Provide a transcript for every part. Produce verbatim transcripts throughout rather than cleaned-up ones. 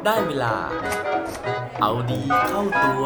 ได้เวลาเอาดีเข้าตัว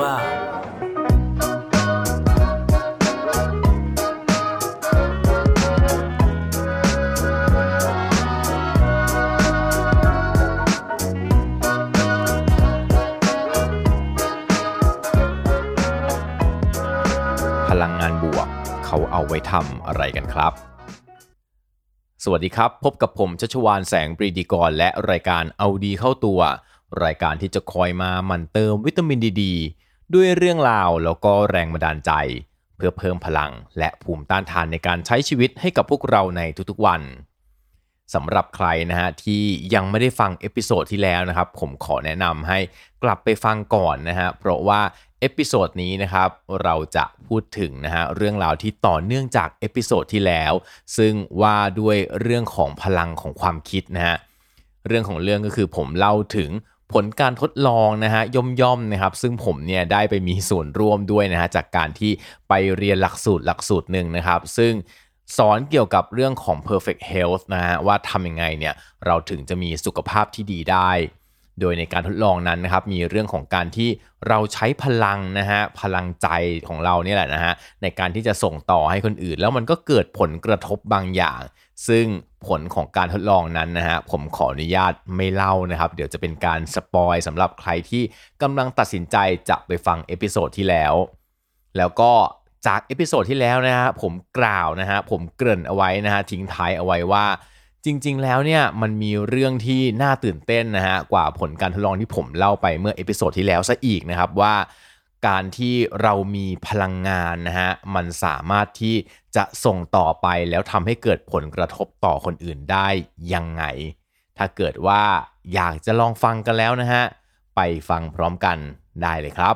พลังงานบวกเขาเอาไว้ทำอะไรกันครับสวัสดีครับพบกับผมชัชวาลแสงปรีดีกรและรายการเอาดีเข้าตัวรายการที่จะคอยมาหมั่นเติมวิตามินดีดีด้วยเรื่องราวแล้วก็แรงบันดาลใจเพื่อเพิ่มพลังและภูมิต้านทานในการใช้ชีวิตให้กับพวกเราในทุกๆวันสำหรับใครนะฮะที่ยังไม่ได้ฟังเอพิโซดที่แล้วนะครับผมขอแนะนำให้กลับไปฟังก่อนนะฮะเพราะว่าเอพิโซดนี้นะครับเราจะพูดถึงนะฮะเรื่องราวที่ต่อเนื่องจากเอพิโซดที่แล้วซึ่งว่าด้วยเรื่องของพลังของความคิดนะฮะเรื่องของเรื่องก็คือผมเล่าถึงผลการทดลองนะฮะย่อมๆนะครับซึ่งผมเนี่ยได้ไปมีส่วนร่วมด้วยนะฮะจากการที่ไปเรียนหลักสูตรหลักสูตรหนึ่งนะครับซึ่งสอนเกี่ยวกับเรื่องของ perfect health นะฮะว่าทำยังไงเนี่ยเราถึงจะมีสุขภาพที่ดีได้โดยในการทดลองนั้นนะครับมีเรื่องของการที่เราใช้พลังนะฮะพลังใจของเราเนี่ยแหละนะฮะในการที่จะส่งต่อให้คนอื่นแล้วมันก็เกิดผลกระทบบางอย่างซึ่งผลของการทดลองนั้นนะฮะผมขออนุญาตไม่เล่านะครับเดี๋ยวจะเป็นการสปอยสำหรับใครที่กำลังตัดสินใจจะไปฟังเอพิโซดที่แล้วแล้วก็จากเอพิโซดที่แล้วนะฮะผมกล่าวนะฮะผมเกริ่นเอาไว้นะฮะทิ้งท้ายเอาไว้ว่าจริงๆแล้วเนี่ยมันมีเรื่องที่น่าตื่นเต้นนะฮะกว่าผลการทดลองที่ผมเล่าไปเมื่อเอพิโซดที่แล้วซะอีกนะครับว่าการที่เรามีพลังงานนะฮะมันสามารถที่จะส่งต่อไปแล้วทำให้เกิดผลกระทบต่อคนอื่นได้ยังไงถ้าเกิดว่าอยากจะลองฟังกันแล้วนะฮะไปฟังพร้อมกันได้เลยครับ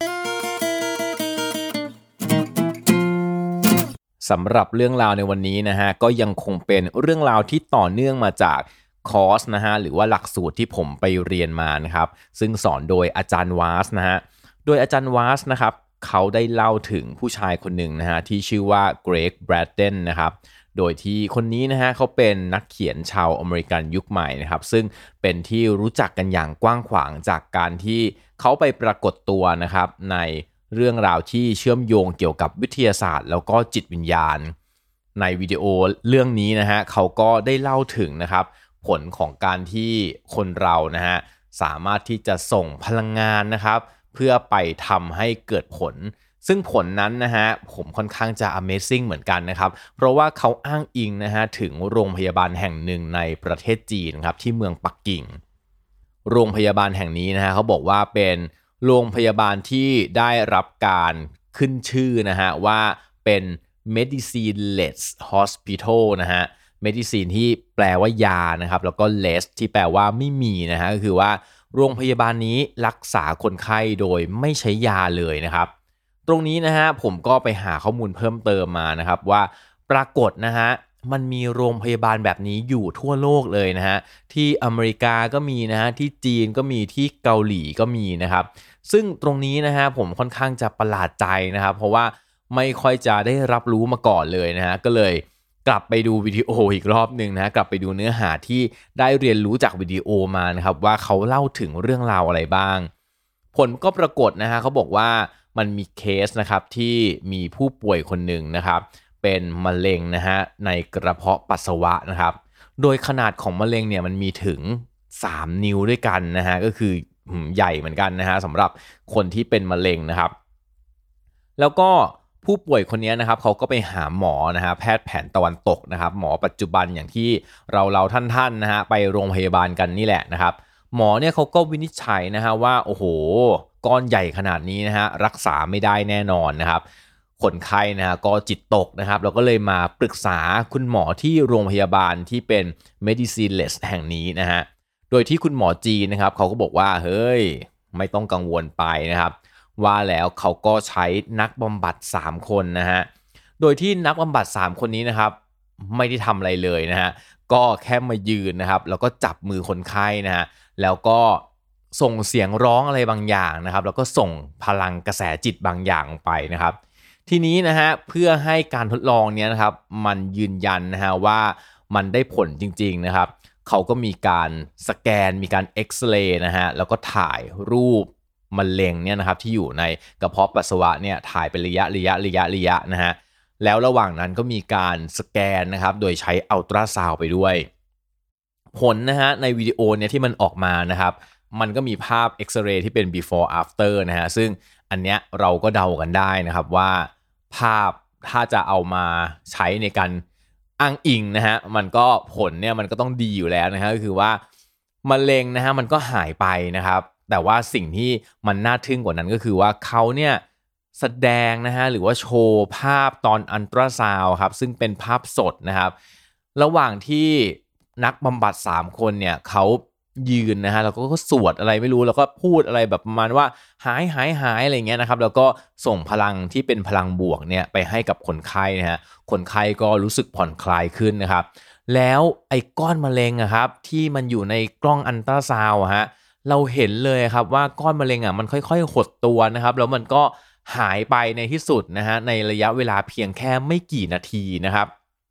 สำหรับเรื่องราวในวันนี้นะฮะก็ยังคงเป็นเรื่องราวที่ต่อเนื่องมาจากคอร์สนะฮะหรือว่าหลักสูตรที่ผมไปเรียนมานะครับซึ่งสอนโดยอาจารย์วาสนะฮะโดยอาจารย์วาสนะครับเขาได้เล่าถึงผู้ชายคนหนึ่งนะฮะที่ชื่อว่าเกรกแบรดเดนนะครับโดยที่คนนี้นะฮะเขาเป็นนักเขียนชาวอเมริกันยุคใหม่นะครับซึ่งเป็นที่รู้จักกันอย่างกว้างขวางจากการที่เขาไปปรากฏตัวนะครับในเรื่องราวที่เชื่อมโยงเกี่ยวกับวิทยาศาสตร์แล้วก็จิตวิญญาณในวิดีโอเรื่องนี้นะฮะเขาก็ได้เล่าถึงนะครับผลของการที่คนเรานะฮะสามารถที่จะส่งพลังงานนะครับเพื่อไปทำให้เกิดผลซึ่งผลนั้นนะฮะผมค่อนข้างจะ Amazing เหมือนกันนะครับเพราะว่าเขาอ้างอิงนะฮะถึงโรงพยาบาลแห่งหนึ่งในประเทศจีนครับที่เมืองปักกิ่งโรงพยาบาลแห่งนี้นะฮะเขาบอกว่าเป็นโรงพยาบาลที่ได้รับการขึ้นชื่อนะฮะว่าเป็น medicine-less hospital นะฮะ medicine ที่แปลว่ายานะครับแล้วก็ less ที่แปลว่าไม่มีนะฮะก็คือว่าโรงพยาบาลนี้รักษาคนไข้โดยไม่ใช้ยาเลยนะครับตรงนี้นะฮะผมก็ไปหาข้อมูลเพิ่มเติมมานะครับว่าปรากฏนะฮะมันมีโรงพยาบาลแบบนี้อยู่ทั่วโลกเลยนะฮะที่อเมริกาก็มีนะฮะที่จีนก็มีที่เกาหลีก็มีนะครับซึ่งตรงนี้นะฮะผมค่อนข้างจะประหลาดใจนะครับเพราะว่าไม่ค่อยจะได้รับรู้มาก่อนเลยนะฮะก็เลยกลับไปดูวิดีโออีกรอบนึงนะกลับไปดูเนื้อหาที่ได้เรียนรู้จากวิดีโอมานะครับว่าเขาเล่าถึงเรื่องราวอะไรบ้างผลก็ปรากฏนะฮะเขาบอกว่ามันมีเคสนะครับที่มีผู้ป่วยคนหนึ่งนะครับเป็นมะเร็งนะฮะในกระเพาะปัสสาวะนะครับโดยขนาดของมะเร็งเนี่ยมันมีถึงสามนิ้วด้วยกันนะฮะก็คือใหญ่เหมือนกันนะฮะสำหรับคนที่เป็นมะเร็งนะครับแล้วก็ผู้ป่วยคนนี้นะครับเขาก็ไปหาหมอนะฮะแพทย์แผนตะวันตกนะครับหมอปัจจุบันอย่างที่เราเราท่านๆนะฮะไปโรงพยาบาลกันนี่แหละนะครับหมอเนี่ยเขาก็วินิจฉัยนะฮะว่าโอ้โหก้อนใหญ่ขนาดนี้นะฮะรักษาไม่ได้แน่นอนนะครับคนไข้นะฮะก็จิตตกนะครับเราก็เลยมาปรึกษาคุณหมอที่โรงพยาบาลที่เป็น medicine-less แห่งนี้นะฮะโดยที่คุณหมอจีนนะครับเขาก็บอกว่าเฮ้ยไม่ต้องกังวลไปนะครับว่าแล้วเขาก็ใช้นักบำบัดสามคนนะฮะโดยที่นักบำบัดสามคนนี้นะครับไม่ได้ทำอะไรเลยนะฮะก็แค่มายืนนะครับแล้วก็จับมือคนไข้นะฮะแล้วก็ส่งเสียงร้องอะไรบางอย่างนะครับแล้วก็ส่งพลังกระแสจิตบางอย่างลงไปนะครับทีนี้นะฮะเพื่อให้การทดลองเนี้ยนะครับมันยืนยันนะฮะว่ามันได้ผลจริงๆนะครับเขาก็มีการสแกนมีการเอ็กซเรย์นะฮะแล้วก็ถ่ายรูปมะเร็งเนี่ยนะครับที่อยู่ในกระเพาะปัสสาวะเนี่ยถ่ายเป็นระยะระยะระยะระยะนะฮะแล้วระหว่างนั้นก็มีการสแกนนะครับโดยใช้อัลตราซาวด์ไปด้วยผลนะฮะในวิดีโอเนี่ยที่มันออกมานะครับมันก็มีภาพเอ็กซเรย์ที่เป็น before after นะฮะซึ่งอันเนี้ยเราก็เดากันได้นะครับว่าภาพถ้าจะเอามาใช้ในการอ้างอิงนะฮะมันก็ผลเนี่ยมันก็ต้องดีอยู่แล้วนะฮะก็คือว่ามะเร็งนะฮะมันก็หายไปนะครับแต่ว่าสิ่งที่มันน่าทึ่งกว่านั้นก็คือว่าเขาเนี่ยแสดงนะฮะหรือว่าโชว์ภาพตอนอัลตราซาวด์ครับซึ่งเป็นภาพสดนะครับระหว่างที่นักบำบัดสามคนเนี่ยเขายืนนะฮะแล้วก็สวดอะไรไม่รู้แล้วก็พูดอะไรแบบประมาณว่าหายหายหายอะไรเงี้ยนะครับแล้วก็ส่งพลังที่เป็นพลังบวกเนี่ยไปให้กับคนไข้นะฮะคนไข้ก็รู้สึกผ่อนคลายขึ้นนะครับแล้วไอ้ก้อนมะเร็งอะครับที่มันอยู่ในกล้องอัลตราซาวด์ฮะเราเห็นเลยครับว่าก้อนมะเร็งอะมันค่อยๆหดตัวนะครับแล้วมันก็หายไปในที่สุดนะฮะในระยะเวลาเพียงแค่ไม่กี่นาทีนะครับ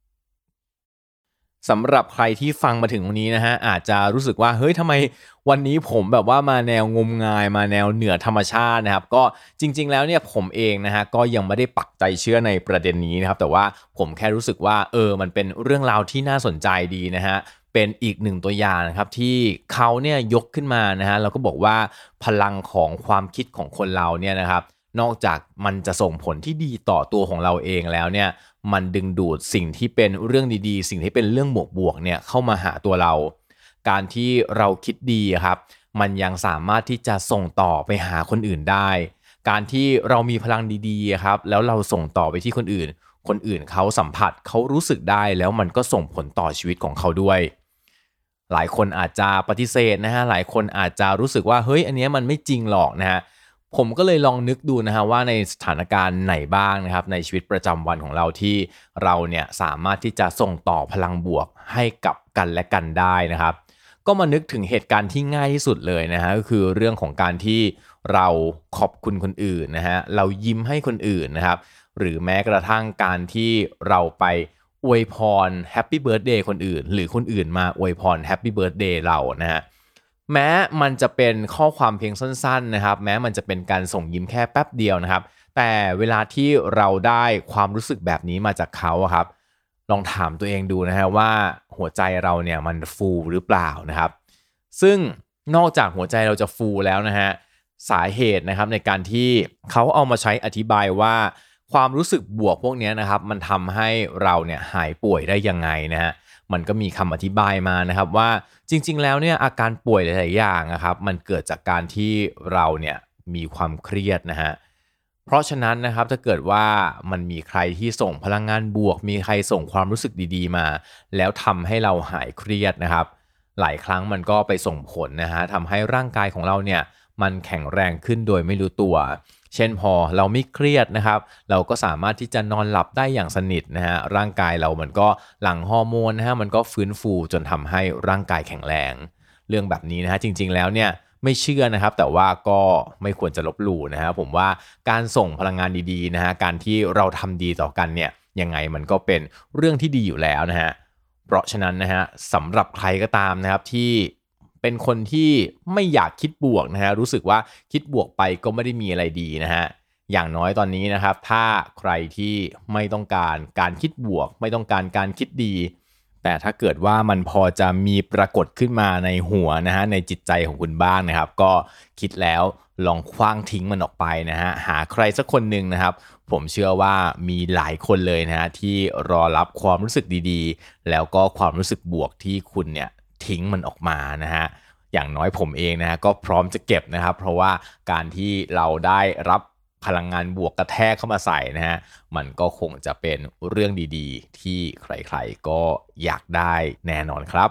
สำหรับใครที่ฟังมาถึงตรงนี้นะฮะอาจจะรู้สึกว่าเฮ้ยทำไมวันนี้ผมแบบว่ามาแนวงมงายมาแนวเหนือธรรมชาตินะครับก็จริงๆแล้วเนี่ยผมเองนะฮะก็ยังไม่ได้ปักใจเชื่อในประเด็นนี้นะครับแต่ว่าผมแค่รู้สึกว่าเออมันเป็นเรื่องราวที่น่าสนใจดีนะฮะเป็นอีกหนึ่งตัวอย่างนะครับที่เขาเนี่ยยกขึ้นมานะฮะแล้วก็บอกว่าพลังของความคิดของคนเราเนี่ยนะครับนอกจากมันจะส่งผลที่ดีต่อตัวของเราเองแล้วเนี่ยมันดึงดูดสิ่งที่เป็นเรื่องดีๆสิ่งที่เป็นเรื่องบวกๆเนี่ยเข้ามาหาตัวเราการที่เราคิดดีครับมันยังสามารถที่จะส่งต่อไปหาคนอื่นได้การที่เรามีพลังดีๆครับแล้วเราส่งต่อไปที่คนอื่นคนอื่นเขาสัมผัสเขารู้สึกได้แล้วมันก็ส่งผลต่อชีวิตของเขาด้วยหลายคนอาจจะปฏิเสธนะฮะหลายคนอาจจะรู้สึกว่าเฮ้ยอันนี้มันไม่จริงหรอกนะฮะผมก็เลยลองนึกดูนะฮะว่าในสถานการณ์ไหนบ้างนะครับในชีวิตประจำวันของเราที่เราเนี่ยสามารถที่จะส่งต่อพลังบวกให้กับกันและกันได้นะครับก็มานึกถึงเหตุการณ์ที่ง่ายที่สุดเลยนะฮะก็คือเรื่องของการที่เราขอบคุณคนอื่นนะฮะเรายิ้มให้คนอื่นนะครับหรือแม้กระทั่งการที่เราไปอวยพรแฮปปี้เบิร์ธเดย์คนอื่นหรือคนอื่นมาอวยพรแฮปปี้เบิร์ธเดย์เรานะฮะแม้มันจะเป็นข้อความเพียงสั้นๆนะครับแม้มันจะเป็นการส่งยิ้มแค่แป๊บเดียวนะครับแต่เวลาที่เราได้ความรู้สึกแบบนี้มาจากเขาครับลองถามตัวเองดูนะฮะว่าหัวใจเราเนี่ยมันฟูหรือเปล่านะครับซึ่งนอกจากหัวใจเราจะฟูแล้วนะฮะสาเหตุนะครับในการที่เขาเอามาใช้อธิบายว่าความรู้สึกบวกพวกนี้นะครับมันทำให้เราเนี่ยหายป่วยได้ยังไงนะฮะมันก็มีคำอธิบายมานะครับว่าจริงๆแล้วเนี่ยอาการป่วยหลายๆอย่างนะครับมันเกิดจากการที่เราเนี่ยมีความเครียดนะฮะเพราะฉะนั้นนะครับถ้าเกิดว่ามันมีใครที่ส่งพลังงานบวกมีใครส่งความรู้สึกดีๆมาแล้วทำให้เราหายเครียดนะครับหลายครั้งมันก็ไปส่งผลนะฮะทำให้ร่างกายของเราเนี่ยมันแข็งแรงขึ้นโดยไม่รู้ตัวเช่นพอเราไม่เครียดนะครับเราก็สามารถที่จะนอนหลับได้อย่างสนิทนะฮะร่างกายเรามันก็หลั่งฮอร์โมนนะฮะมันก็ฟื้นฟูจนทำให้ร่างกายแข็งแรงเรื่องแบบนี้นะฮะจริงๆแล้วเนี่ยไม่เชื่อนะครับแต่ว่าก็ไม่ควรจะลบหลู่นะฮะผมว่าการส่งพลังงานดีๆนะฮะการที่เราทำดีต่อกันเนี่ยยังไงมันก็เป็นเรื่องที่ดีอยู่แล้วนะฮะเพราะฉะนั้นนะฮะสำหรับใครก็ตามนะครับที่เป็นคนที่ไม่อยากคิดบวกนะฮะรู้สึกว่าคิดบวกไปก็ไม่ได้มีอะไรดีนะฮะอย่างน้อยตอนนี้นะครับถ้าใครที่ไม่ต้องการการคิดบวกไม่ต้องการการคิดดีแต่ถ้าเกิดว่ามันพอจะมีปรากฏขึ้นมาในหัวนะฮะในจิตใจของคุณบ้างนะครับก็คิดแล้วลองขว้างทิ้งมันออกไปนะฮะหาใครสักคนหนึ่งนะครับผมเชื่อว่ามีหลายคนเลยนะฮะที่รอรับความรู้สึกดีๆแล้วก็ความรู้สึกบวกที่คุณเนี่ยทิ้งมันออกมานะฮะอย่างน้อยผมเองนะฮะก็พร้อมจะเก็บนะครับเพราะว่าการที่เราได้รับพลังงานบวกกระแทกเข้ามาใส่นะฮะมันก็คงจะเป็นเรื่องดีๆที่ใครๆก็อยากได้แน่นอนครับ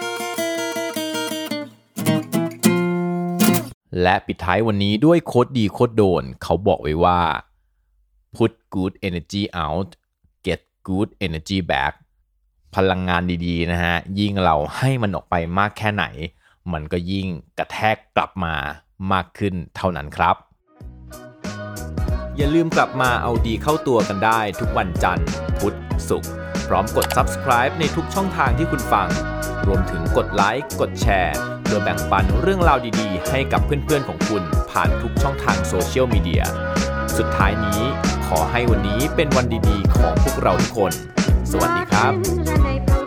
และปิดท้ายวันนี้ด้วยโค้ดดีโค้ดโดนเขาบอกไว้ว่า put good energy out get good energy back พลังงานดีๆนะฮะยิ่งเราให้มันออกไปมากแค่ไหนมันก็ยิ่งกระแทกกลับมามากขึ้นเท่านั้นครับอย่าลืมกลับมาเอาดีเข้าตัวกันได้ทุกวันจันทร์พุธศุกร์พร้อมกด ซับสไครบ์ ในทุกช่องทางที่คุณฟังรวมถึงกดไลค์กดแชร์เพื่อแบ่งปันเรื่องราวดีๆให้กับเพื่อนๆของคุณผ่านทุกช่องทางโซเชียลมีเดียสุดท้ายนี้ขอให้วันนี้เป็นวันดีๆของพวกเราทุกคนสวัสดีครับ